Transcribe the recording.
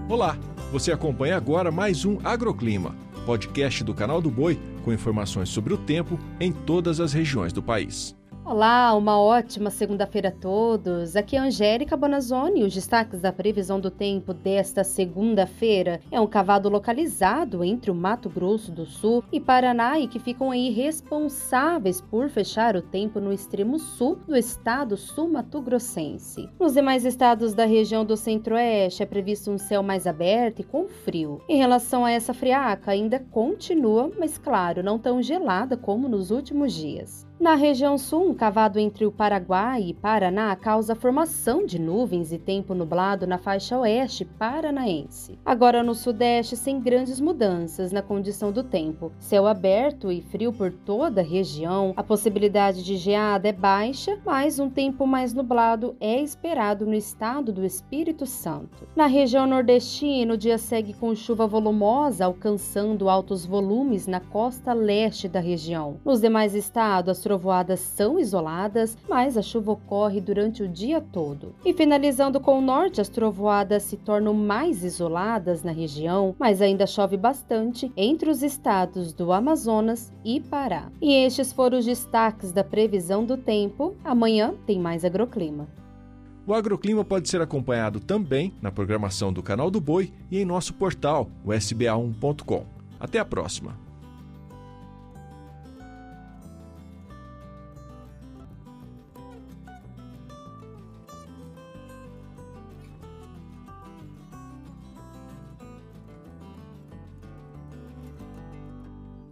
Olá, você acompanha agora mais um Agroclima, podcast do Canal do Boi com informações sobre o tempo em todas as regiões do país. Olá, uma ótima segunda-feira a todos. Aqui é a Angélica Bonazzoni. Os destaques da previsão do tempo desta segunda-feira é um cavado localizado entre o Mato Grosso do Sul e Paraná e que ficam aí responsáveis por fechar o tempo no extremo sul do estado sul-mato-grossense. Nos demais estados da região do centro-oeste é previsto um céu mais aberto e com frio. Em relação a essa friaca, ainda continua, mas claro, não tão gelada como nos últimos dias. Na região sul, um cavado entre o Paraguai e Paraná causa a formação de nuvens e tempo nublado na faixa oeste paranaense. Agora no sudeste, sem grandes mudanças na condição do tempo. Céu aberto e frio por toda a região, a possibilidade de geada é baixa, mas um tempo mais nublado é esperado no estado do Espírito Santo. Na região nordestina, o dia segue com chuva volumosa, alcançando altos volumes na costa leste da região. Nos demais estados, as trovoadas são isoladas, mas a chuva ocorre durante o dia todo. E finalizando com o norte, as trovoadas se tornam mais isoladas na região, mas ainda chove bastante entre os estados do Amazonas e Pará. E estes foram os destaques da previsão do tempo. Amanhã tem mais Agroclima. O Agroclima pode ser acompanhado também na programação do Canal do Boi e em nosso portal, o sba1.com. Até a próxima!